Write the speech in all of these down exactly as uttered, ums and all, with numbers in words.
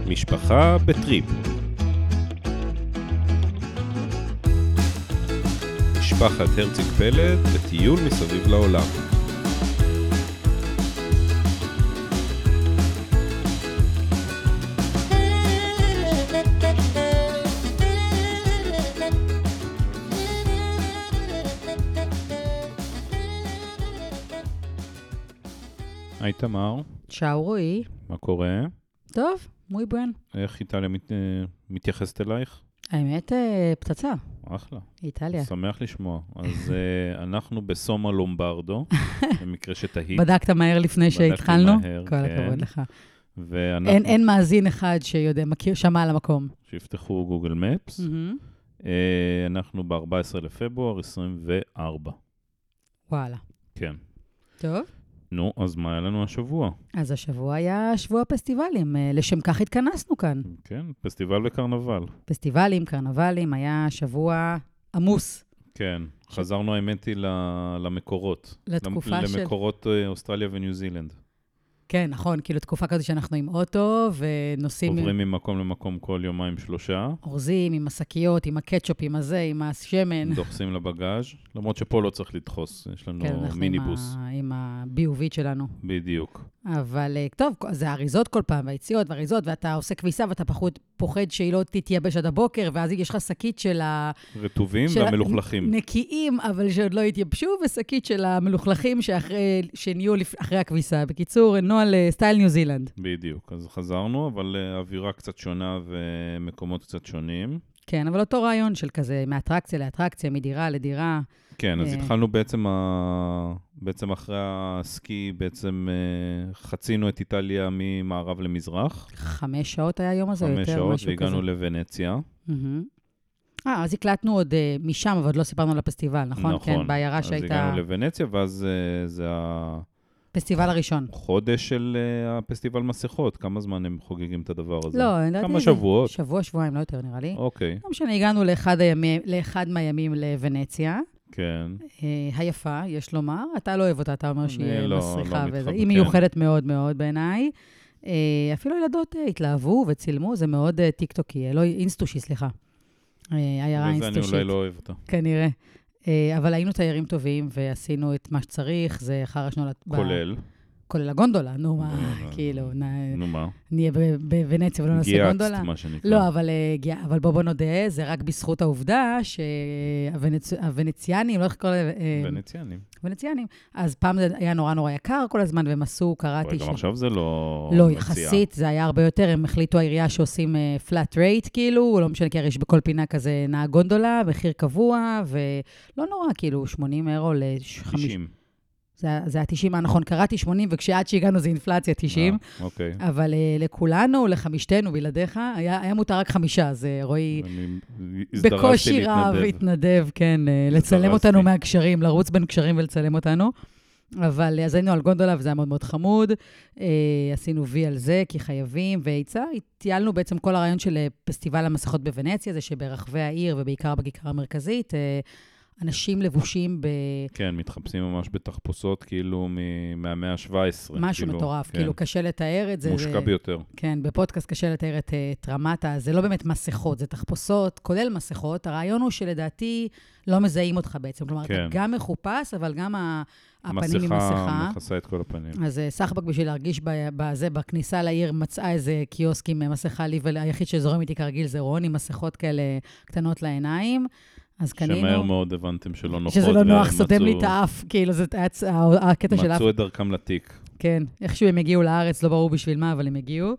משפחה בטריפ. משפחת הרציג פלד בטיול מסביב לעולם. היי תמר. צ'או רועי. מה קורה? טוב, מוי בואן. איך איטליה מת, מתייחסת אלייך? האמת, פצצה. אחלה. איטליה. שמח לשמוע. אז אנחנו בסומה לומברדו, במקרה שתהית. בדקת מהר לפני שהתחלנו? מהר, כל כן. הכבוד לך. ואנחנו... אין, אין מאזין אחד שיודע, מכיר, שמע על המקום. שיפתחו גוגל מפס. Mm-hmm. אנחנו ב-ארבעה עשר לפברואר עשרים וארבע. וואלה. כן. טוב. נו, אז מה היה לנו השבוע? אז השבוע היה שבוע פסטיבלים, לשם כך התכנסנו כאן. כן, פסטיבל וקרנבל. פסטיבלים, קרנבלים, היה שבוע עמוס. כן, חזרנו האמת היא למקורות. לתקופה של... למקורות אוסטרליה וניו זילנד. כן, נכון, כאילו תקופה כזו שאנחנו עם אוטו ונוסעים... עוברים ממקום למקום כל יומיים שלושה. אורזים עם השקיות, עם הקטשופ, עם הזה, עם השמן. דוחסים לבגאז', למרות שפה לא צריך לדחוס, יש לנו כן, אנחנו מיניבוס. עם, ה... עם הבי או וי שלנו. בדיוק. אבל טוב, זה אריזות כל פעם, והיציאות ואריזות, ואתה עושה כביסה ואתה פחות פוחד שהיא לא תתייבש עד הבוקר, ואז יש לך שקית של ה... רטובים והמלוכלכים. נקיים, אבל שעוד לא התייבשו, ושקית של המלוכלכים שאחרי, שנהיו אחרי הכביסה. בקיצור, נועל סטייל ניו זילנד. בדיוק, אז חזרנו, אבל אווירה קצת שונה ומקומות קצת שונים. כן, אבל אותו רעיון של כזה, מאטרקציה לאטרקציה, מדירה לדירה. כן, אז התחלנו בעצם, ה... בעצם אחרי הסקי, בעצם חצינו את איטליה ממערב למזרח. חמש שעות היה היום הזה, יותר משהו כזה. חמש שעות, והגענו לוונציה. אה, אז הקלטנו עוד משם, אבל עוד לא סיפרנו על הפסטיבל, נכון? נכון. כן, בעיירה שהייתה... אז הגענו לוונציה, ואז זה ה... פסטיבל הראשון. חודש של uh, הפסטיבל מסכות. כמה זמן הם חוגגים את הדבר הזה? לא, אני יודעת... כמה שבועות? שבוע, שבועיים, לא יותר נראה לי. אוקיי. לא משנה, הגענו לאחד, הימי, לאחד מהימים לוונציה. כן. Uh, היפה, יש לומר. אתה לא אוהב אותה, אתה אומר שהיא לא, מסריחה. לא וזה. היא מיוחדת מאוד מאוד בעיניי. Uh, אפילו ילדות uh, התלהבו וצילמו, זה מאוד uh, טיק-טוקי, לא אינסטושי, סליחה. Uh, עיירה אינסטושית. וזה אני אולי לא אוהב אותה. כנראה. אבל היינו תיירים טובים, ועשינו את מה שצריך, זה אחר השנולת... כולל? כולל הגונדולה, נו מה, כאילו, נו מה? נהיה בוונציה ולא נעשה גונדולה. גיאצת, מה שנקרא. לא, אבל בוא בוא נודה, זה רק בזכות העובדה שהוונציאנים, לא איך קורא לזה... ונציאנים. ונציאנים. אז פעם זה היה נורא נורא יקר כל הזמן, והם עשו, קראתי... גם עכשיו זה לא... לא, יחסית, זה היה הרבה יותר, הם החליטו העירייה שעושים flat rate, כאילו, לא משנה, כי יש בכל פינה כזה נהג גונדולה, מחיר קבוע, ולא נורא, כאילו, שמונים אירו ל-חמישים. זה, זה ה-תשעים, נכון, קראתי שמונים, וכשעד שהגענו זה אינפלציה תשעים. אה, אוקיי. אבל uh, לכולנו, לחמישתנו, בלעדיך, היה, היה מותר רק חמישה, אז uh, רואי בקושי רב התנדב, כן, uh, לצלם אותנו מהקשרים, לרוץ בין קשרים ולצלם אותנו. אבל אז היינו על גונדולה, וזה היה מאוד מאוד חמוד. Uh, עשינו וי על זה, כי חייבים, והיצע, טיילנו בעצם כל הרעיון של פסטיבל המסכות בוונציה, זה שברחבי העיר, ובעיקר בכיכר המרכזית, uh, אנשים לבושים ב... כן, מתחפשים ממש בתחפושות, כאילו, מהמאה ה-שבע עשרה. משהו כאילו, מטורף, כן. כאילו, קשה לתאר את זה. מושקע זה... ביותר. כן, בפודקאסט קשה לתאר את, את רמתה, זה לא באמת מסכות, זה תחפושות, כולל מסכות. הרעיון הוא שלדעתי לא מזהים אותך בעצם. כלומר, כן. אתה גם מחופש, אבל גם הפנים עם מסכה. המסכה מכסה את כל הפנים. אז סחבק בשביל להרגיש בזה, בכניסה לעיר, מצאה איזה קיוסק עם מסכה לי, והיחיד שזורם איתי כרגיל זה רון, עם מסכות כאלה קטנות לעיניים. אז קנינו... שמהר מאוד הבנתם שלא נוחות. שזה לא נוח, סותם לי את האף, כאילו זה הקטע של האף. מצאו את דרכם לתיק. כן, איכשהו הם הגיעו לארץ, לא ברור בשביל מה, אבל הם הגיעו.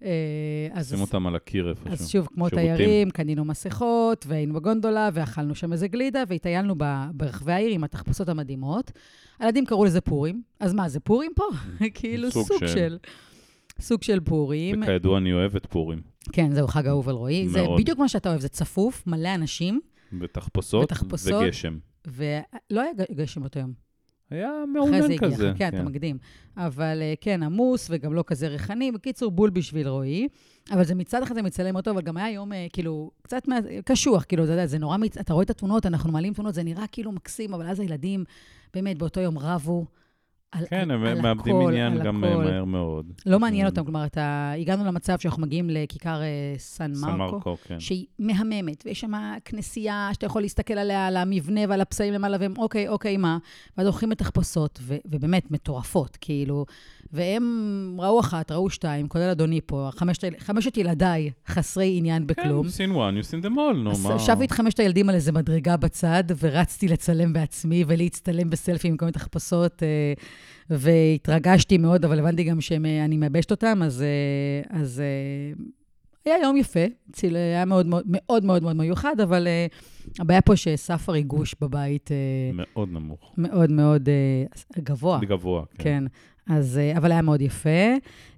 שים אותם על הקיר איפשהו. אז שוב, כמו תיירים, קנינו מסכות, והיינו בגונדולה, ואכלנו שם איזה גלידה, והטיילנו ברחבי העיר עם התחפושות המדהימות. הילדים קראו לזה פורים. אז מה, זה פורים פה? כאילו סוג של... סוג של פורים. וכידוע, אני אוהב את פורים. כן, זהו, חג אהוב על רועי. זה בדיוק מה שאתה אוהב, זה צפוף, מלא אנשים. ותחפושות, וגשם. ולא היה גשם אותו יום. היה מעונן כזה. כן, אתה מקדים. אבל כן, עמוס וגם לא כזה ריחני. בקיצור, בול בשביל רועי. אבל זה מצד אחד זה מצלם אותו, אבל גם היה יום כאילו קצת קשוח. כאילו, זה נורא, אתה רואה את התמונות, אנחנו מעלים תמונות, זה נראה כאילו מקסים, אבל אז הילדים באמת באותו יום רבו על, כן, על, הם על מאבדים הכל, עניין על גם הכל. מהר מאוד. לא מעניין אותם, כלומר, אתה, הגענו למצב שאנחנו מגיעים לכיכר סן מרקו, סן מרקו, כן. שהיא מהממת, ויש שם כנסייה שאתה יכול להסתכל עליה, על המבנה ועל הפסעים למעלה, והם אוקיי, אוקיי, מה? ואז הולכים בתחפושות, ו- ובאמת מטורפות, כאילו, והם ראו אחת, ראו שתיים, כולל אדוני פה, חמשת, חמשת ילדיי חסרי עניין בכלום. כן, you've seen one, you've seen them all, נו, מה? שבי את חמשת הילדים על איזה מדרגה בצד, ורצתי לצלם בעצמי, ולהצטלם בסלפי עם כל מיני תחפושות, והתרגשתי מאוד, אבל הבנתי גם שאני מייבשת אותם, אז, אז היה יום יפה, ציל, היה מאוד מאוד מאוד מאוד, מאוד מיוחד, אבל הבעיה פה שסף הריגוש בבית... מאוד נמוך. מאוד מאוד גבוה. גבוה, כן. כן, אז, אבל היה מאוד יפה,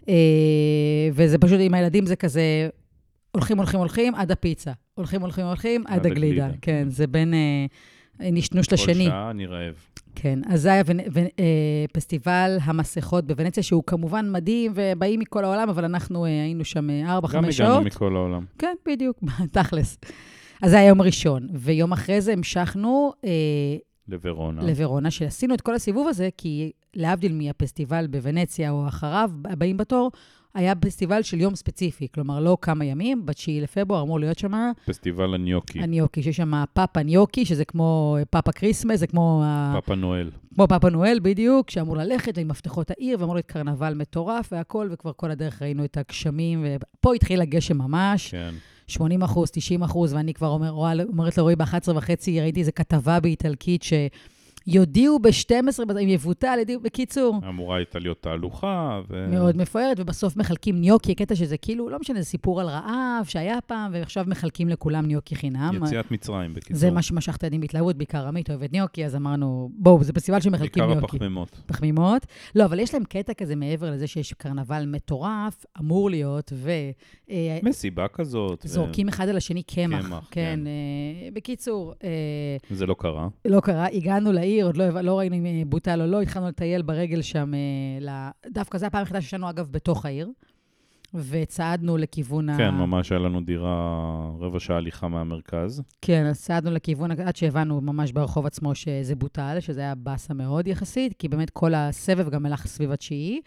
וזה פשוט עם הילדים זה כזה, הולכים, הולכים, הולכים, עד הפיצה. הולכים, הולכים, הולכים, עד, עד הגלידה. הגלידה. כן, זה בין נשנוש לשני. כל שעה אני רעב. כן, אז זה היה ו... ו... פסטיבל המסכות בוונציה, שהוא כמובן מדהים, ובאים מכל העולם, אבל אנחנו היינו שם ארבע, חמש שעות. גם הגענו מכל העולם. כן, בדיוק, תכלס. אז זה היה יום ראשון, ויום אחרי זה המשכנו... לוורונה. לוורונה, שעשינו את כל הסיבוב הזה, כי להבדיל מהפסטיבל בוונציה או אחריו, הבאים בתור, היה פסטיבל של יום ספציפי, כלומר לא כמה ימים, בתשיעי לפברואר אמור להיות שם... פסטיבל הניוקי. הניוקי, שיש שם פאפה ניוקי, שזה כמו פאפה קריסמס, זה כמו... פאפה נואל. כמו פאפה נואל, בדיוק, שאמור ללכת עם מפתחות העיר, ואמור להיות קרנבל מטורף והכל, וכבר כל הדרך ראינו את הגשמים, ופה התחיל הגשם ממש. כן. שמונים אחוז, תשעים אחוז, ואני כבר אומר, אומרת לרועי ב-אחת עשרה וחצי, ראיתי איזו כתבה באיטלקית ש... יודיעו ב-שתים עשרה, אם יבוטל, בקיצור. אמורה הייתה להיות תהלוכה. ו... מאוד מפוארת, ובסוף מחלקים ניוקי, קטע שזה כאילו, לא משנה, זה סיפור על רעב שהיה פעם, ועכשיו מחלקים לכולם ניוקי חינם. יציאת מצרים, בקיצור. זה מה שמשך את הידים בהתלהבות, בעיקר עמית אוהבת ניוקי, אז אמרנו, בואו, זה פסטיבל שמחלקים ניוקי. בעיקר הפחמימות. פחמימות. לא, אבל יש להם קטע כזה מעבר לזה שיש קרנבל מטורף, אמור להיות, ו... מסיבה כזאת. זורקים אחד על השני קמח. קמח, כן. בקיצור... זה לא קרה. לא קרה, הגענו לעיר, עוד לא, לא ראינו אם בוטל או לא, התחלנו לטייל ברגל שם, דווקא זה הפעם היחידה ששנו אגב בתוך העיר, וצעדנו לכיוון כן, ה... ממש היה לנו דירה רבע שעה הליכה מהמרכז. כן, אז צעדנו לכיוון, עד שהבנו ממש ברחוב עצמו שזה בוטל, שזה היה בסה מאוד יחסית, כי באמת כל הסבב גם הלך סביב התשיעי.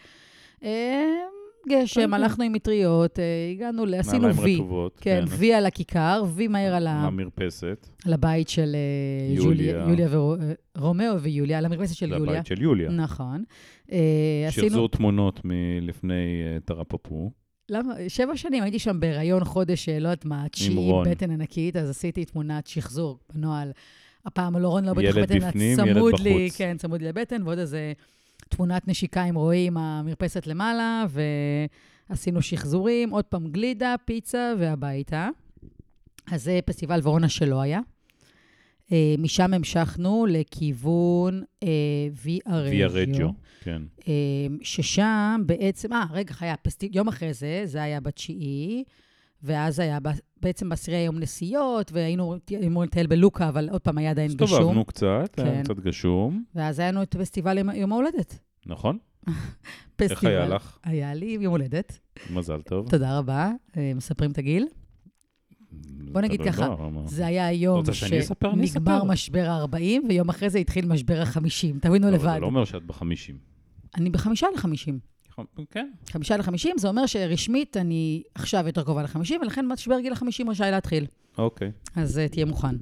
גשם, הלכנו עם מטריות, הגענו, עשינו וי. רטובות, כן, כן. וי על הכיכר, וי מהר על ה... המרפסת. על הבית של יוליה. יוליה ורומאו ויוליה, על המרפסת של יוליה. זה הבית של יוליה. נכון. שחזור תמונות מלפני תרפפו. למה? שבע שנים, הייתי שם בהיריון חודש, לא יודעת מה, תשיעי בטן ענקית, אז עשיתי תמונת שחזור בנועל. הפעם לורון לא בטח בטן, צמוד לי, כן, צמוד לי לבטן, ועוד איזה... תמונת נשיקה עם רועי עם המרפסת למעלה, ועשינו שחזורים, עוד פעם גלידה, פיצה והביתה. אז זה פסטיבל ורונה שלא היה. משם המשכנו לכיוון ויה רג'יו. ויה רג'יו, כן. ששם בעצם, אה, רגע, היה פסטיבל, יום אחרי זה, זה היה בתשיעי, ואז היה בעצם בעשירי היום נסיעות, והיינו אמורים לטייל בלוקה, אבל עוד פעם היה עדיין גשום. הסתובבנו קצת, היה קצת גשום. ואז היה לנו את פסטיבל יום ההולדת. נכון. פסטיבל. איך היה לך? היה לי יום הולדת. מזל טוב. תודה רבה. מספרים את הגיל? בוא נגיד ככה, זה היה היום שנגמר משבר ה-ארבעים, ויום אחרי זה התחיל משבר ה-חמישים. תבינו לבד. זה לא אומר שאת ב-חמישים. אני בחמישה ל-חמישים. כן. חמישה ל-חמישים, זה אומר שרשמית אני עכשיו יותר קרובה ל-חמישים, ולכן משבר גיל ה-חמישים רשאי להתחיל. אוקיי. אז תהיה מוכן.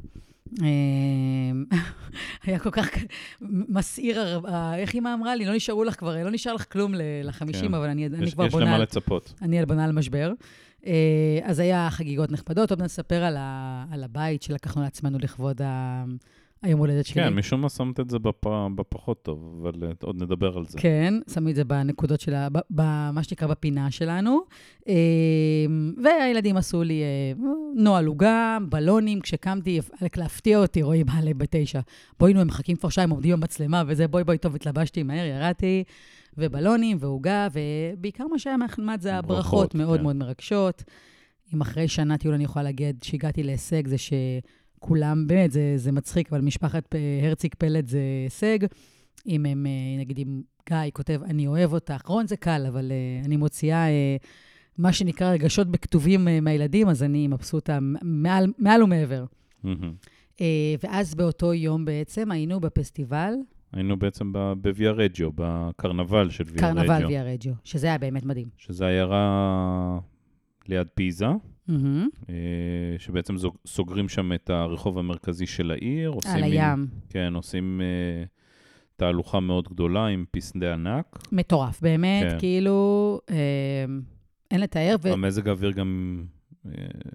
היה כל כך מסעיר, איך אמא אמרה לי, לא נשארו לך כבר, לא נשאר לך כלום ל-חמישים, אבל אני כבר בונה... יש למה לצפות. אני בונה על משבר. אז היה חגיגות נכבדות, עוד נספר על הבית שלקחנו לעצמנו לכבוד היום הולדת שלי. כן, משום מה שמת את זה בפחות טוב, אבל עוד נדבר על זה. כן, שמי את זה בנקודות שלה, במה שנקרא בפינה שלנו. והילדים עשו לי נועל עוגה, בלונים, כשקמתי, להפתיע אותי, רואי בעלי בתשע. בואי נו, הם מחכים כבר שעה, הם עומדים במצלמה, וזה בואי בואי טוב, התלבשתי מהר, ירדתי, ובלונים ועוגה, ובעיקר מה שהיה מהחלמת זה הברכות מאוד מאוד מרגשות. אם אחרי שנה טיול אני יכולה להגיד שהגעתי להישג, זה ש... כולם, באמת, זה, זה מצחיק, אבל משפחת הרציג פלט זה הישג. אם הם, נגיד, אם גיא כותב, אני אוהב אותך, רון זה קל, אבל uh, אני מוציאה uh, מה שנקרא רגשות בכתובים uh, מהילדים, אז אני מבסוטה מעל, מעל ומעבר. Mm-hmm. Uh, ואז באותו יום בעצם היינו בפסטיבל היינו בעצם בוויה רג'יו, בקרנבל של ויה רג'יו. קרנבל ויה רג'יו, שזה היה באמת מדהים. שזה עיירה ליד פיזה, Mm-hmm. שבעצם סוגרים שם את הרחוב המרכזי של העיר. על הים. כן, עושים תהלוכה מאוד גדולה עם פסדי ענק. מטורף, באמת, כן. כאילו, אה, אין לתאר. ו... המזג האוויר גם אה,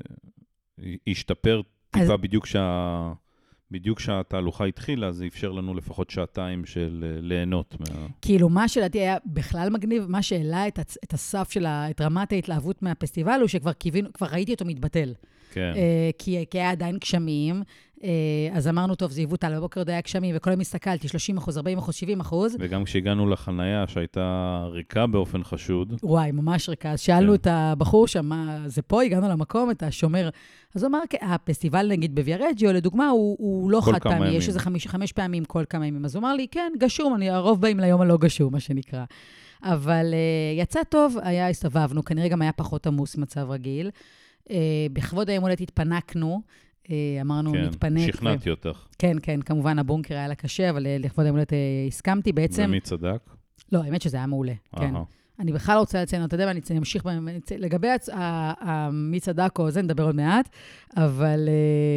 השתפר טיפה אז... בדיוק שה... בדיוק שהתהלוכה התחילה, זה אפשר לנו לפחות שעתיים של ליהנות. מה... כאילו, מה שלדעתי היה בכלל מגניב, מה שהעלה את, הצ... את הסף של ה... את רמת ההתלהבות מהפסטיבל, הוא שכבר קיווינו, כבר ראיתי אותו מתבטל. כן. אה, כי, כי היה עדיין גשמים, אה, אז אמרנו, טוב, זה יבוטל, בבוקר עוד היה גשמים, וכל היום הסתכלתי, שלושים אחוז, ארבעים אחוז, שבעים אחוז. וגם כשהגענו לחנייה, שהייתה ריקה באופן חשוד. וואי, ממש ריקה. אז שאלנו כן. את הבחור שם, מה, זה פה, הגענו למקום, את השומר. אז הוא אמר, הפסטיבל, נגיד, בוויה רג'יו, לדוגמה, הוא, הוא לא חד פעמי, יש איזה חמש, חמש פעמים כל כמה ימים. אז הוא אמר לי, כן, גשום, אני הרוב באים ליום הלא גשום, מה שנקרא. אבל uh, יצא טוב, היה, הסתובבנו, כנראה גם היה פחות עמוס מצב רגיל. Uh, בכבוד היום הולדת התפנקנו, uh, אמרנו, כן, נתפנק. שכנעתי ו... אותך. כן, כן, כמובן הבונקר היה לה קשה, אבל uh, לכבוד היום הולדת uh, הסכמתי בעצם. ומי צדק? לא, האמת שזה היה מעולה, כן. אני בכלל רוצה לציין, אתה יודע, אני אמשיך, לגבי מי צדק או זה, נדבר עוד מעט, אבל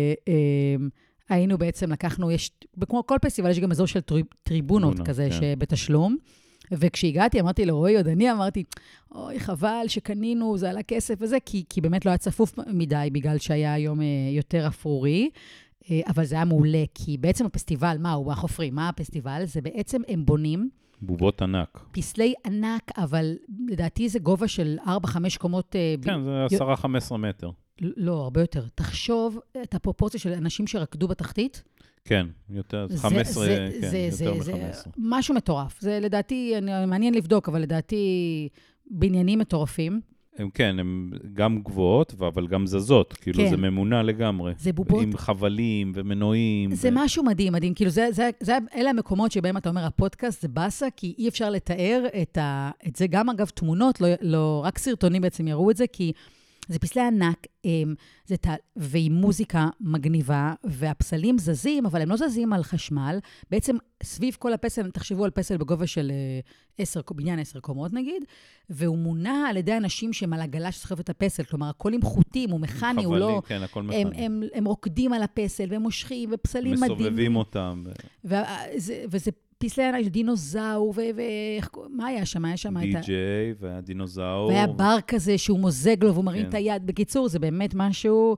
היינו בעצם, לקחנו, יש, כמו כל פסטיבל, יש גם אזור של טריבונות כזה, שבתשלום, וכשהגעתי, אמרתי לרועי, עוד אני אמרתי, אוי, חבל שקנינו, זה עלה כסף וזה, כי, כי באמת לא היה צפוף מדי, בגלל שהיה היום יותר אפרורי, אבל זה היה מעולה, כי בעצם הפסטיבל, מה הוא, החופרים, מה הפסטיבל? זה בעצם הם בונים, בובות ענק. פסלי ענק, אבל לדעתי זה גובה של ארבע חמש קומות. כן, זה עשרה חמש עשרה מטר. לא, הרבה יותר. תחשוב את הפרופורציה של אנשים שרקדו בתחתית. כן, יותר, חמש עשרה, כן, יותר מ-חמש עשרה. משהו מטורף. זה לדעתי, מעניין לבדוק, אבל לדעתי בניינים מטורפים. הם כן, הם גם גבוהות, אבל גם זזות. כאילו כן. זה ממונה לגמרי. זה בובות. עם חבלים ומנועים. זה ו... משהו מדהים, מדהים. כאילו זה, זה, זה, אלה המקומות שבהם אתה אומר, הפודקאסט זה בסה, כי אי אפשר לתאר את, ה, את זה. גם אגב תמונות, לא, לא, רק סרטונים בעצם יראו את זה, כי זה פסלי ענק, זה ת... ועם מוזיקה מגניבה, והפסלים זזים, אבל הם לא זזים על חשמל. בעצם סביב כל הפסל, תחשבו על פסל בגובה של עשר, בניין עשר קומות נגיד, והוא מונע על ידי אנשים שהם על הגלה שסחב את הפסל, כלומר, הכל עם חוטים, הוא מכני, חבלי, הוא לא... כן, הכל מכני. הם, הם, הם רוקדים על הפסל, והם מושכים, ופסלים מדהים. מסובבים אותם. ו... וזה, וזה פסלי ענק, דינוזאור, ומה היה שם? היה שם די ג'יי והדינוזאור. והיה בר כזה שהוא מוזג לו, והוא מרים את היד. בקיצור, זה באמת משהו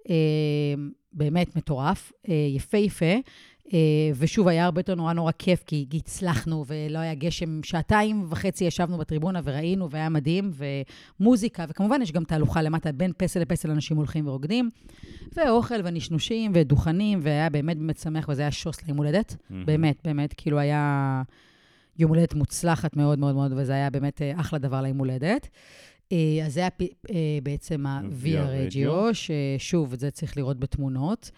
באמת מטורף, יפה יפה. ושוב, היה הרבה יותר נורא נורא כיף, כי הצלחנו, ולא היה גשם. שעתיים וחצי ישבנו בטריבונה, וראינו, והיה מדהים, ומוזיקה, וכמובן יש גם תהלוכה למטה, בין פסל לפסל אנשים הולכים ורוקדים, ואוכל ונשנושים ודוכנים, והיה באמת באמת שמח, וזה היה שוס ליום הולדת. באמת, באמת, כאילו היה יום הולדת מוצלחת מאוד מאוד מאוד, וזה היה באמת אחלה דבר ליום הולדת. אז זה היה בעצם הוויה רג'יו, ששוב, את זה צריך לראות בתמונות.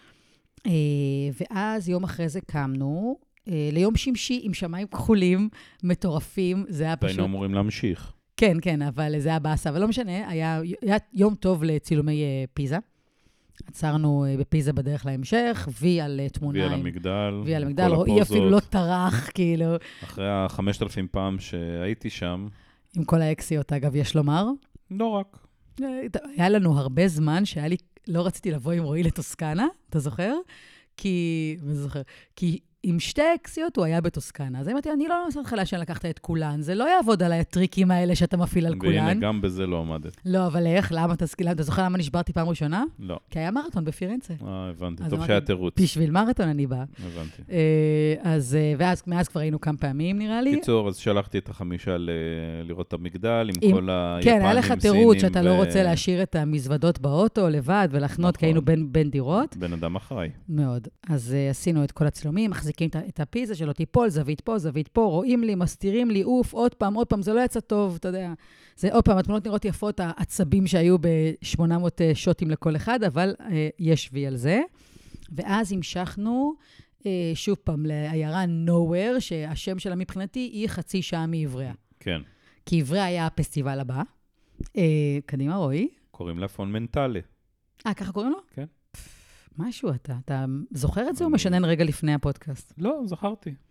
ואז יום אחרי זה קמנו, ליום שמשי עם שמיים כחולים, מטורפים, זה היה פשוט... והיינו אמורים להמשיך. כן, כן, אבל זה היה באסה, אבל לא משנה, היה, היה יום טוב לצילומי פיזה. עצרנו בפיזה בדרך להמשך, וי על תמונה. וי על המגדל. וי על המגדל, רואי אפילו לא טרח, כאילו. אחרי החמשת אלפים פעם שהייתי שם. עם כל האקסיות, אגב, יש לומר. לא רק. היה לנו הרבה זמן שהיה לי, לא רציתי לבוא עם רועי לטוסקנה, אתה זוכר? כי, אני זוכר, כי עם שתי אקסיות הוא היה בטוסקנה. אז אמרתי, אני לא נוסעת חלה שאני לקחת את כולן, זה לא יעבוד עליי הטריקים האלה שאתה מפעיל על כולן. והנה, גם בזה לא עמדת. לא, אבל איך? למה אתה סקילה? אתה זוכר למה נשברתי פעם ראשונה? לא. כי היה מרתון בפירנצה. אה, הבנתי. טוב שהיה תירוץ. בשביל מרתון אני באה. הבנתי. אז, ואז, מאז כבר היינו כמה פעמים, נראה לי. קיצור, אז שלחתי את החמישה לראות את המגדל, עם כל היפנים, כן, היה לך תירוץ שאתה לא רוצה להשאיר את המזוודות באוטו לבד ולחנות, כי היינו בין דירות. בן אדם אחראי. מאוד. אז עשינו את כל הצילומים, מחזיקים את הפיזה שלא תיפול, זווית פה, זווית פה, רואים לי, מסתירים לי, אוף, עוד פעם, עוד פעם, זה לא יצא טוב, אתה יודע. זה עוד פעם, התמונות נראות יפות, העצבים שהיו ב-שמונה מאות שוטים לכל אחד, אבל אה, יש וי על זה. ואז המשכנו, אה, שוב פעם, לעיירה nowhere, שהשם שלה מבחינתי היא חצי שעה מעבריה. כן. כי עבריה היה הפסטיבל הבא. אה, קדימה, רועי. קוראים לה פונמנטלה. אה, ככה קוראים לו? כן. משהו אתה, אתה זוכר את זה או משנן רגע לפני הפודקאסט? לא, זכרתי.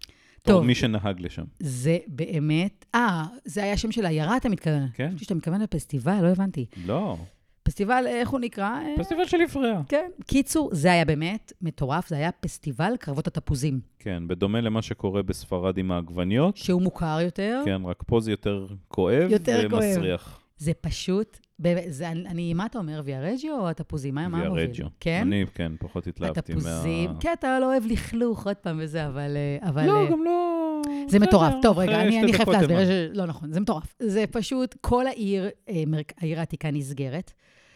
טוב. מי שנהג לשם. זה באמת, אה, זה היה שם של העיירה, אתה מתכוון? כן. חשבתי שאתה מתכוון לפסטיבל, לא הבנתי. לא. פסטיבל, איך הוא נקרא? פסטיבל של יפרע. כן. קיצור, זה היה באמת מטורף, זה היה פסטיבל קרבות התפוזים. כן, בדומה למה שקורה בספרד עם העגבניות. שהוא מוכר יותר. כן, רק פה זה יותר כואב יותר ומסריח. כואב. זה פשוט, זה, אני, מה אתה אומר, ויארג'יו או התפוזים? מה מוביל? ויארג'יו. כן? אני, כן, פחות התלהבתי מה... התפוזים, כן, אתה לא אוהב לכלוך עוד פעם וזה, אבל... אבל לא, גם לא... זה מטורף. טוב, רגע, אני, אני חייבת להסביר. לא נכון, זה מטורף. זה פשוט, כל העיר, העיר העתיקה נסגרת.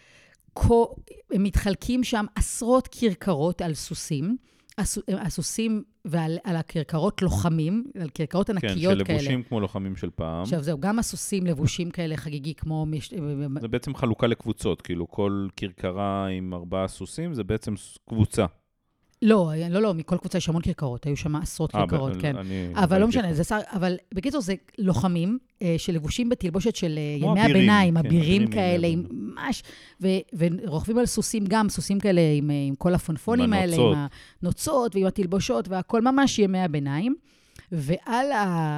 הם מתחלקים שם עשרות כרכרות על סוסים, הסוסים ועל הכרכרות לוחמים, על כרכרות ענקיות כאלה. כן, שלבושים כמו לוחמים של פעם. עכשיו זהו, גם הסוסים לבושים כאלה חגיגי כמו... זה בעצם חלוקה לקבוצות, כאילו כל כרכרה עם ארבעה סוסים, זה בעצם קבוצה. לא, לא, לא, מכל קבוצה יש המון כרכרות, היו שם עשרות כרכרות, כן. אבל לא משנה, אבל בקיצור זה לוחמים שלבושים בתלבושת של ימי הביניים, אבירים כאלה, ממש, ורוכבים על סוסים גם, סוסים כאלה עם כל הפונפונים האלה, עם הנוצות ועם התלבושות והכל ממש ימי הביניים, ועל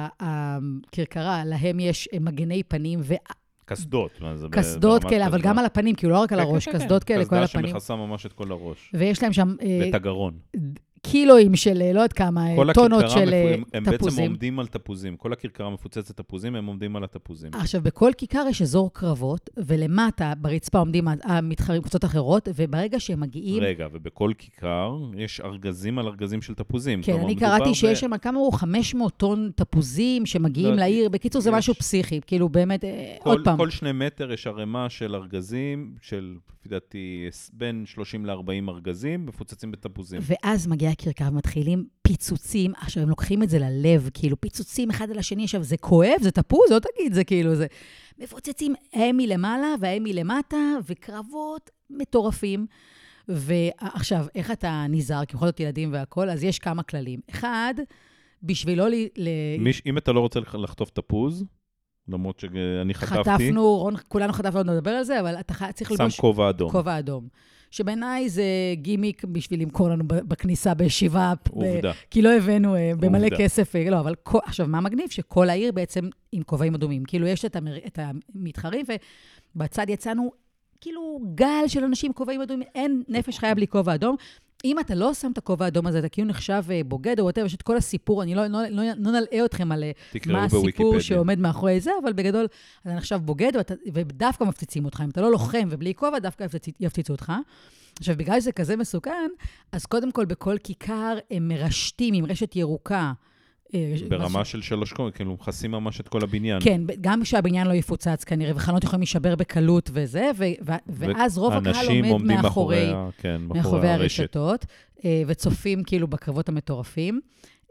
הכרכרה, להם יש מגני פנים ו... קסדות. קסדות כאלה, אבל גם על הפנים, כאילו לא רק על הראש, קסדות כאלה, כל הפנים. קסדה שמכסה ממש את כל הראש. ויש להם שם... ואת הגרון. קילואים של, לא יודעת כמה, טונות של תפוזים. הם בעצם עומדים על תפוזים. כל הכרכרה מפוצצת תפוזים, הם עומדים על התפוזים. עכשיו, בכל כיכר יש אזור קרבות, ולמטה, ברצפה, עומדים המתחרים קבוצות אחרות, וברגע שהם מגיעים... רגע, ובכל כיכר יש ארגזים על ארגזים של תפוזים. כן, אני קראתי שיש שם כמה הוא חמש מאות טון תפוזים שמגיעים לעיר. בקיצור, זה משהו פסיכי. כאילו, באמת, עוד פעם. כל שני מטר יש הרמה של ארגזים, של, לדעתי, בין שלושים לארבעים ארגזים, מפוצצים בתפוזים. ואז מגיע הכרכרה ומתחילים פיצוצים, עכשיו הם לוקחים את זה ללב, כאילו פיצוצים אחד על השני, עכשיו זה כואב, זה תפוז, לא תגיד, זה כאילו, זה מפוצצים, הם מלמעלה והם מלמטה, וקרבות מטורפים, ועכשיו, איך אתה נזהר, כי בכל זאת ילדים והכל, אז יש כמה כללים. אחד, בשבילו ל... מיש, אם אתה לא רוצה לחטוף תפוז, למרות שאני חטפתי... חטפנו, רון, כולנו חטפנו, נדבר על זה, אבל אתה צריך ללבוש... שם כובע אדום. כובע אדום. שבעיניי זה גימיק בשביל למכור לנו בכניסה בישיבה. עובדה. כי לא הבאנו במלא כסף. לא, אבל עכשיו, מה מגניב? שכל העיר בעצם עם כובעים אדומים. כאילו, יש את המתחרים, ובצד יצאנו, כאילו, גל של אנשים עם כובעים אדומים. אין נפש חיה בלי כובע אדום. אם אתה לא שם את הכובע האדום הזה, אתה כאילו נחשב בוגד או whatever, יש את כל הסיפור, אני לא, לא, לא, לא נלאה אתכם על מה הסיפור שעומד מאחורי זה, אבל בגדול, אתה נחשב בוגד, ואתה, ודווקא מפציצים אותך. אם אתה לא לוחם ובלי כובע, דווקא יפציצו אותך. עכשיו, בגלל שזה כזה מסוכן, אז קודם כל, בכל כיכר הם מרשתים עם רשת ירוקה, ברמה של שלוש קומות, כאילו מכסים ממש את כל הבניין. כן, גם שהבניין לא יפוצץ כנראה, וחנות יכולים להישבר בקלות וזה, ואז רוב הקהל עומד מאחורי הרשתות, וצופים כאילו בקרבות המטורפים.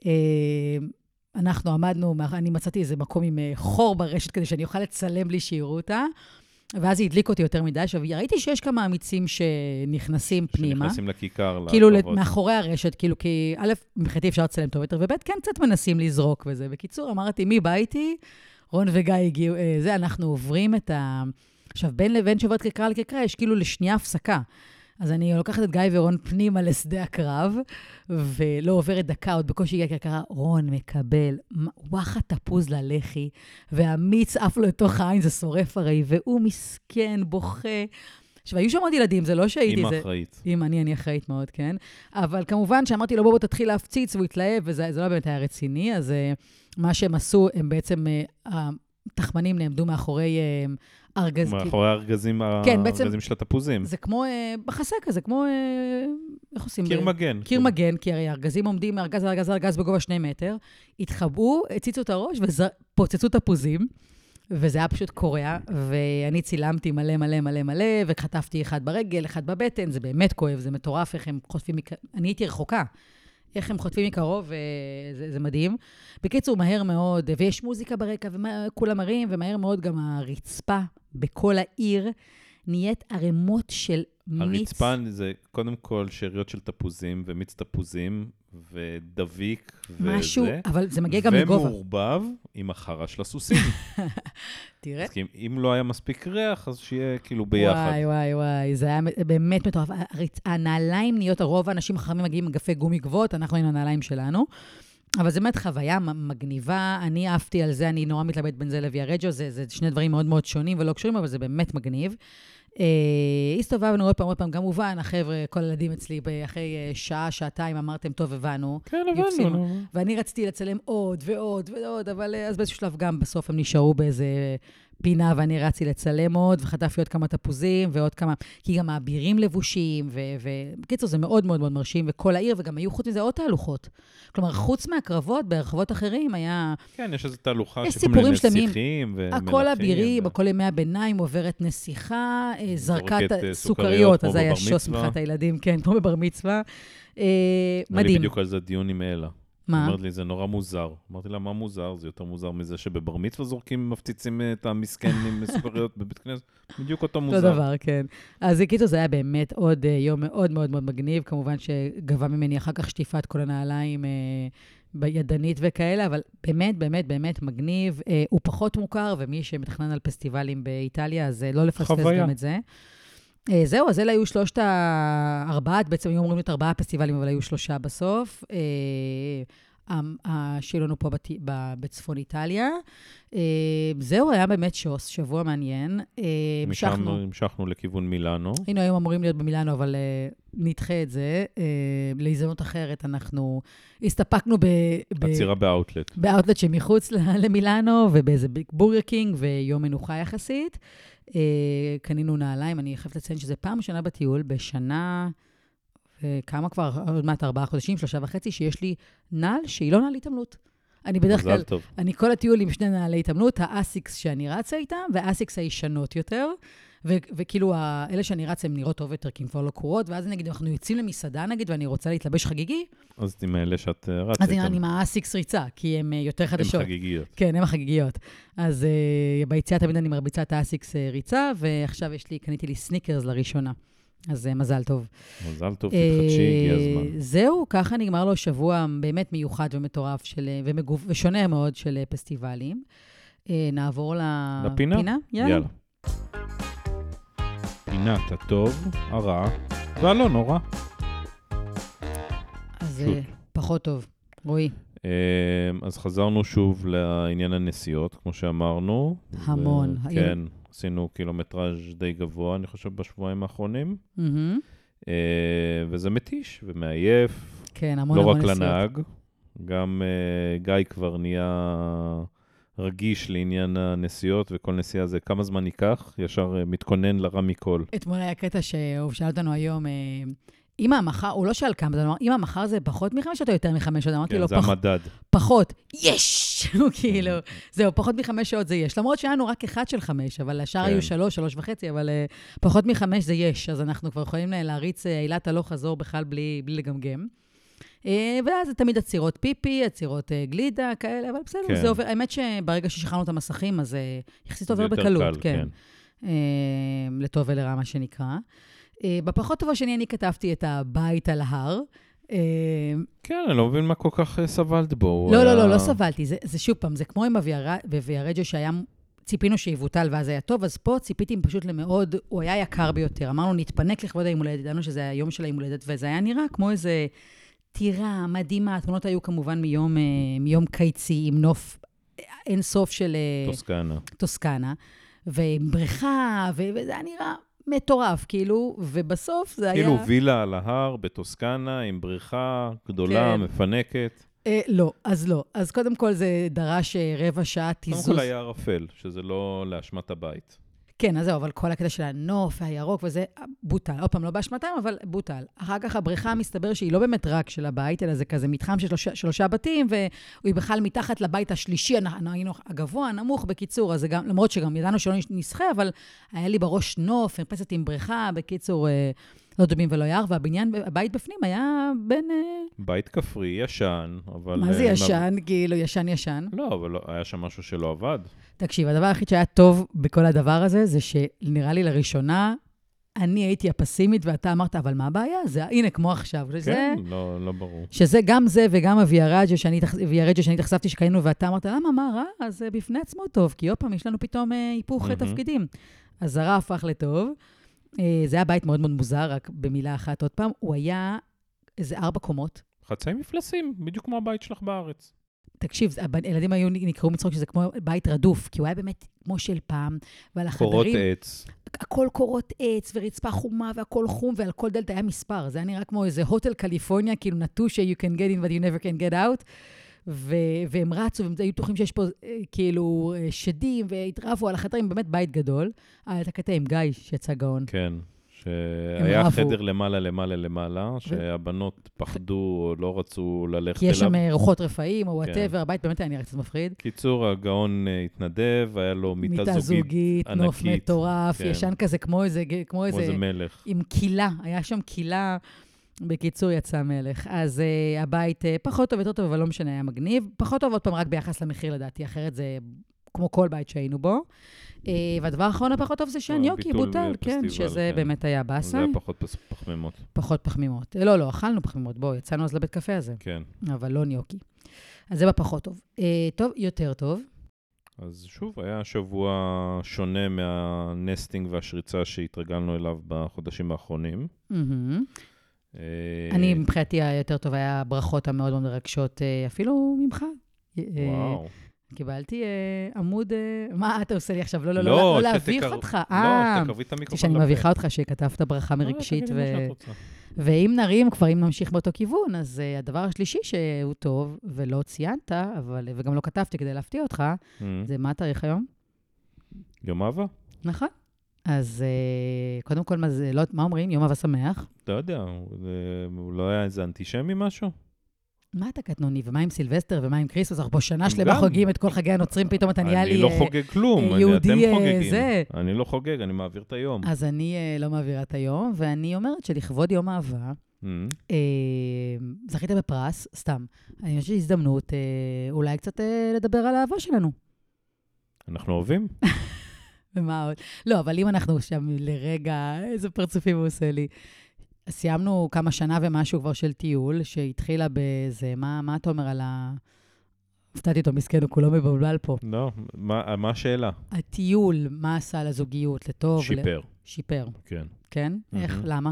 אנחנו עמדנו, אני מצאתי איזה מקום עם חור ברשת, כדי שאני אוכל לצלם בלי שיראו אותה, ואז היא הדליק אותי יותר מדי. עכשיו, ראיתי שיש כמה אמיצים שנכנסים פנימה. שנכנסים לכיכר. כאילו, מאחורי הרשת, כאילו, כי א', מבחינתי אפשר לצלם טוב יותר, וב', כן, קצת מנסים לזרוק וזה. בקיצור, אמרתי, מי בא איתי? רון וגיא הגיעו, זה, אנחנו עוברים את ה... עכשיו, בין לבין שעוברת כרכרה לכרכרה, יש כאילו לשנייה הפסקה. אז אני לוקחת את גיא ורון פנימה לשדה הקרב, ולא עוברת דקה, עוד בקושי הגיע כרכרה, רון מקבל וואחת תפוז ללחי, והמיץ אף לו לתוך העין, זה שורף הרי, והוא מסכן, בוכה. עכשיו, היו שם עוד ילדים, זה לא שהייתי... אמא זה... אחראית. אמא, אני, אני אחראית מאוד, כן. אבל כמובן שאמרתי לו, בוא, בוא תתחיל להפציץ, והוא התלהב, וזה לא באמת היה רציני, אז מה שהם עשו, הם בעצם, התחמנים נעמדו מאחורי... ארגז, מאחורי הארגזים, כן, הארגזים של התפוזים. זה כמו, בחסה כזה, כמו, איך עושים? קיר מגן. קיר מגן, כי הרי הארגזים עומדים מארגז לארגז לארגז בגובה שני מטר, התחבאו, הציצו את הראש ופוצצו תפוזים, וזה היה פשוט קורע, ואני צילמתי מלא מלא מלא מלא, וחטפתי אחד ברגל, אחד בבטן, זה באמת כואב, זה מטורף, איך הם חוטפים, אני הייתי רחוקה. איך הם חוטפים מקרוב, וזה, זה מדהים. בקיצור, מהר מאוד, ויש מוזיקה ברקע, וכולם מרים, ומהר מאוד גם הרצפה בכל העיר נהיית ערימות של מיץ. הרצפה זה קודם כל שאריות של תפוזים, ומיץ תפוזים, ודביק, משהו, וזה. אבל זה מגיע גם לגובה. ומעורבב עם החרה של הסוסים. תראה. אז אם לא היה מספיק ריח, אז שיהיה כאילו ביחד. וואי, וואי, וואי, זה היה באמת מטורף. הנעליים נהיות, הרוב האנשים החכמים מגיעים עם גפי גומי גבוהות, אנחנו עם הנעליים שלנו. אבל זו באמת חוויה מגניבה, אני אהבתי על זה, אני נורא מתלבט בין זה לוויה רג'ו, זה, זה שני דברים מאוד מאוד שונים ולא קשורים, אבל זה באמת מגניב. הסתובבנו עוד פעם, עוד פעם, כמובן, החבר'ה, כל הילדים אצלי, אחרי שעה, שעתיים, אמרתם, טוב, הבנו. כן, הבנו. ואני רציתי לצלם עוד ועוד ועוד, אבל אז באיזשהו שלב גם בסוף הם נשארו באיזה פינה, ואני רציתי לצלם עוד, וחטפתי עוד כמה תפוזים, ועוד כמה, כי גם האבירים לבושים, ובקיצור, זה מאוד מאוד מאוד מרשים, וכל העיר, וגם היו חוץ מזה עוד תהלוכות. כלומר, חוץ מהקרבות, ברחובות אחרים היה... כן, יש איזו תהלוכה שכל מיני נסיכים ומלכים. הכל אבירים, בכל ימי הביניים עוברת נסיכה, זרקת סוכריות, אז היה שוס מבחינת הילדים, כן, כמו בבר מצווה. מדהים. אני בדיוק על זה דיון עם אלה. מה? אמרת לי, זה נורא מוזר. אמרתי לה, מה מוזר? זה יותר מוזר מזה שבבר מצווה זורקים, מפציצים את המסכן עם סוכריות בבית כנסת. בדיוק אותו מוזר. אותו דבר, כן. אז קיצור, זה היה באמת עוד יום מאוד מאוד מאוד מגניב. כמובן שגבה ממני אחר כך שטיפת כל הנעליים בידנית וכאלה, אבל באמת, באמת, באמת מגניב. הוא פחות מוכר, ומי שמתכנן על פסטיבלים באיטליה, אז לא לפספס גם את זה. זהו, אז אלה היו שלושת הארבעת, בעצם היו אמורים להיות ארבעה פסטיבלים, אבל היו שלושה בסוף. שהיו לנו פה בצפון איטליה. זהו, היה באמת שוס, שבוע מעניין. המשכנו לכיוון מילאנו. היינו היום אמורים להיות במילאנו, אבל נדחה את זה. להזדמנות אחרת, אנחנו הסתפקנו ב... עצירה באוטלט. באוטלט שמחוץ למילאנו, ובאיזה בורגר קינג, ויום מנוחה יחסית. קנינו נעליים, אני חייבת לציין שזה פעם ראשונה בטיול, בשנה, כמה כבר, עוד מעט ארבעה חודשים, שלושה וחצי, שיש לי נעל שהיא לא נעל התעמלות. אני בדרך כלל, אני כל הטיול עם שני נעלי התעמלות, האסיקס שאני רצה איתם, והאסיקס הישנות יותר, וכאילו, אלה שאני רצה הם נראות טוב יותר, כי הם כבר לא קורות, ואז נגיד, אנחנו יוצאים למסעדה, נגיד, ואני רוצה להתלבש חגיגי. אז עם האלה שאת רצה. אז אני עם האסיקס ריצה, כי הם יותר חדשות. הם חגיגיות. כן, הם החגיגיות. אז ביציאה תמיד אני מרביצה את האסיקס ריצה, ועכשיו יש לי, קניתי לי סניקרס לראשונה. אז מזל טוב. מזל טוב, תתחדשי, הגיע הזמן. זהו, ככה נגמר לו שבוע באמת מיוחד ומטורף, ושונה מאוד של פסטיבלים. נעבור לפינה. יאללה. פינת הטוב, הרע, והלא נורא. אז פחות טוב, רואי. אז חזרנו שוב לעניין הנסיעות, כמו שאמרנו. המון. כן, עשינו קילומטראז' די גבוה, אני חושב, בשבועיים האחרונים. וזה מתיש ומעייף. כן, המון המון נסיעות. לא רק לנהג, גם גיא כבר נהיה... רגיש לעניין הנסיעות, וכל נסיעה זה כמה זמן ייקח, ישר מתכונן לרע מכל. אתמול היה קטע שהוא שאל אותנו היום, אם המחר, הוא לא שאל כמה, הוא אמר, אם המחר זה פחות מחמש שעות או יותר מחמש שעות, אמרתי לו, כן, זה המדד. פחות, יש! כאילו, זהו, פחות מחמש שעות זה יש. למרות שהיה לנו רק אחד של חמש, אבל השאר היו שלוש, שלוש וחצי, אבל פחות מחמש זה יש, אז אנחנו כבר יכולים להריץ עילת הלוך חזור בכלל בלי לגמגם. ואז זה תמיד עצירות פיפי, עצירות גלידה, כאלה, אבל בסדר, זה עובר, האמת שברגע ששחררנו את המסכים, אז יחסית עובר בקלות, כן. לטוב ולרע, מה שנקרא. בפחות טוב השני, אני כתבתי את הבית על ההר. כן, אני לא מבין מה כל כך סבלת בו. לא, לא, לא, לא סבלתי. זה שוב פעם, זה כמו עם וויה רג'ו שהיה... ציפינו שיבוטל ואז היה טוב, אז פה ציפיתי פשוט למאוד, הוא היה יקר ביותר. אמרנו, נתפנק לכבוד היום הולדת, ידענו שזה היום של היום הולדת, וזה היה נראה כמו איזה טירה מדהימה. התמונות היו כמובן מיום, מיום קיצי, עם נוף אין סוף של... טוסקנה. טוסקנה, ועם בריכה, וזה היה נראה מטורף, כאילו, ובסוף זה היה... כאילו וילה על ההר בטוסקנה, עם בריכה גדולה, כן. מפנקת. אה, לא, אז לא. אז קודם כל זה דרש רבע שעה תיזוז. קודם כל היה ערפל, שזה לא להשמת הבית. כן, אז זהו, אבל כל הקטע של הנוף, הירוק וזה, בוטל. עוד פעם, לא באשמתם, אבל בוטל. אחר כך הבריכה מסתבר שהיא לא באמת רק של הבית, אלא זה כזה מתחם של שלושה, שלושה בתים, והוא בכלל מתחת לבית השלישי, היינו הגבוה, הנמוך, בקיצור, אז גם, למרות שגם ידענו שלא נסחה, אבל היה לי בראש נוף, מרפסת עם בריכה, בקיצור, לא דובים ולא יער, והבניין, הבית בפנים היה בין... בית כפרי, ישן, אבל... מה זה ישן? כאילו, ישן ישן. לא, אבל היה שם משהו שלא עבד. תקשיב, הדבר הכי שהיה טוב בכל הדבר הזה, זה שנראה לי לראשונה, אני הייתי הפסימית, ואתה אמרת, אבל מה הבעיה? זה, הנה, כמו עכשיו. כן, שזה, לא, לא ברור. שזה גם זה וגם הוויה רג'ו שאני, שאני תחשפתי שקיינו, ואתה אמרת, למה, מה רע? אז בפני עצמו טוב, כי עוד פעם, יש לנו פתאום היפוך תפקידים. אז הרע הפך לטוב. זה היה בית מאוד מאוד מוזר, רק במילה אחת עוד פעם. הוא היה איזה ארבע קומות. חצאי מפלסים, בדיוק כמו הבית שלך בארץ. תקשיב, הילדים היו נקראו מצחוק שזה כמו בית רדוף, כי הוא היה באמת כמו של פעם, ועל החדרים... קורות עץ. הכל קורות עץ, ורצפה חומה, והכל חום, ועל כל דלת היה מספר. זה היה נראה כמו איזה הוטל קליפורניה, כאילו נטוש you can get in, but you never can get out. ו- והם רצו, והם היו בטוחים שיש פה כאילו שדים, והתרעפו על החדרים, באמת בית גדול. היה את הקטע עם גיא, שיצא גאון. כן. שהיה חדר למעלה, למעלה, למעלה, שהבנות פחדו, לא רצו ללכת אליו. כי יש שם רוחות רפאים, או whatever, הבית באמת היה נראה קצת מפחיד. קיצור, הגאון התנדב, היה לו מיטה זוגית ענקית. נוף מטורף, ישן כזה כמו איזה... כמו איזה מלך. עם קילה, היה שם קילה, בקיצור יצא מלך. אז הבית פחות טוב, יותר טוב, אבל לא משנה, היה מגניב. פחות טוב עוד פעם רק ביחס למחיר לדעתי, אחרת זה כמו כל בית שהיינו בו. והדבר האחרון הפחות טוב זה שהניוקי בוטל, כן, שזה באמת היה באסה. זה היה פחות פחמימות. פחות פחמימות. לא, לא, אכלנו פחמימות, בואו, יצאנו אז לבית קפה הזה. כן. אבל לא ניוקי. אז זה בפחות טוב. טוב, יותר טוב. אז שוב, היה שבוע שונה מהנסטינג והשריצה שהתרגלנו אליו בחודשים האחרונים. אני מבחינתי היותר טוב היה הברכות המאוד מאוד מרגשות, אפילו ממך. וואו. קיבלתי עמוד, מה אתה עושה לי עכשיו? לא, לא, לא, לא להביך אותך. לא, תקרבי את המיקרופון. שאני מביכה אותך שכתבת ברכה מרגשית. ואם נרים, כבר אם נמשיך באותו כיוון, אז הדבר השלישי שהוא טוב, ולא ציינת, וגם לא כתבתי כדי להפתיע אותך, זה מה התאריך היום? יום אהבה. נכון. אז קודם כל, מה אומרים? יום אהבה שמח. לא יודע, הוא לא היה איזה אנטישמי משהו? מה אתה קטנוני? ומה עם סילבסטר? ומה עם קריסמס? אנחנו פה שנה שלמה חוגגים את כל חגי הנוצרים, פתאום אתה נהיה לי יהודי זה. אני לא חוגג כלום, אתם חוגגים. אני לא חוגג, אני מעביר את היום. אז אני לא מעבירה את היום, ואני אומרת שלכבוד יום אהבה, זכית בפרס, סתם. אני חושבת הזדמנות אולי קצת לדבר על האהבה שלנו. אנחנו אוהבים? ומה עוד? לא, אבל אם אנחנו שם לרגע, איזה פרצופים הוא עושה לי. סיימנו כמה שנה ומשהו כבר של טיול, שהתחילה בזה, מה, מה אתה אומר על ה... הפתעתי אותו, מסכן, הוא כולו מבולבל פה. לא, מה, מה השאלה? הטיול, מה עשה לזוגיות, לטוב? שיפר. ל... שיפר. כן. כן? איך? למה?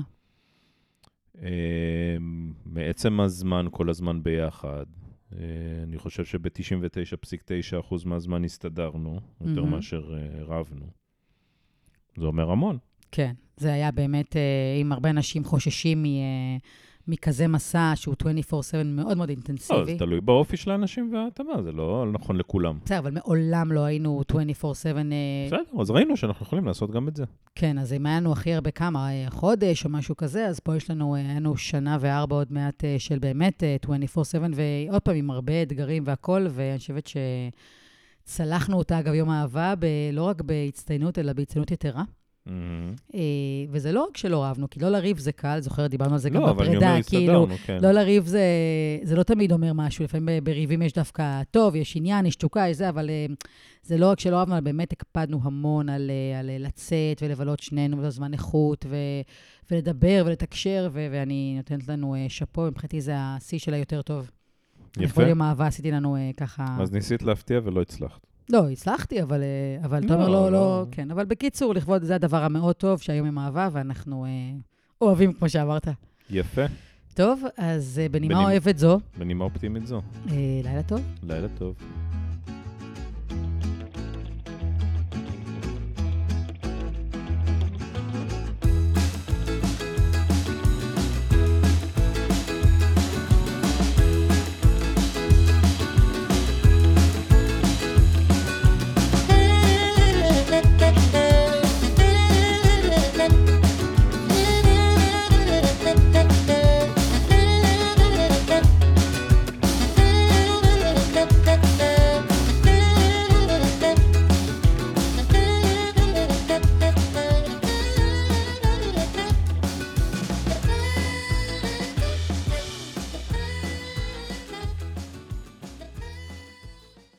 מעצם הזמן, כל הזמן ביחד. אני חושב שב-תשעים ותשע נקודה תשע אחוז מהזמן הסתדרנו, יותר מאשר רבנו. זה אומר המון. כן, זה היה באמת, אם הרבה אנשים חוששים מכזה מסע שהוא עשרים וארבע שבע מאוד מאוד אינטנסיבי. לא, זה תלוי באופי של האנשים והתאמה, זה לא נכון לכולם. בסדר, אבל מעולם לא היינו עשרים וארבע שבע. בסדר, אז ראינו שאנחנו יכולים לעשות גם את זה. כן, אז אם היינו הכי הרבה כמה, חודש או משהו כזה, אז פה יש לנו, היינו שנה וארבע עוד מעט של באמת עשרים וארבע שבע, ועוד פעם עם הרבה אתגרים והכל, ואני חושבת שצלחנו אותה, אגב, יום האהבה, לא רק בהצטיינות, אלא בהצטיינות יתרה. וזה לא רק שלא רבנו, כי לא לריב זה קל, זוכר, דיברנו על זה גם בפרידה, כאילו, לא לריב זה לא תמיד אומר משהו, לפעמים בריבים יש דווקא טוב, יש עניין, יש תשוקה, יש זה, אבל זה לא רק שלא רבנו, אבל באמת הקפדנו המון על לצאת ולבלות שנינו בזמן איכות, ולדבר ולתקשר, ואני נותנת לנו שפו, מבחינתי זה השיא שלה יותר טוב. יפה. כל יום אהבה עשיתי לנו ככה... אז ניסית להפתיע ולא הצלחת. לא, הצלחתי, אבל, אבל לא, תומר לא, לא, לא, כן, אבל בקיצור, לכבוד, זה הדבר המאוד טוב, שהיום עם אהבה, ואנחנו אה, אוהבים, כמו שאמרת. יפה. טוב, אז בנימה בנימה אוהבת זו. בנימה אופטימית זו. אה, לילה טוב. לילה טוב.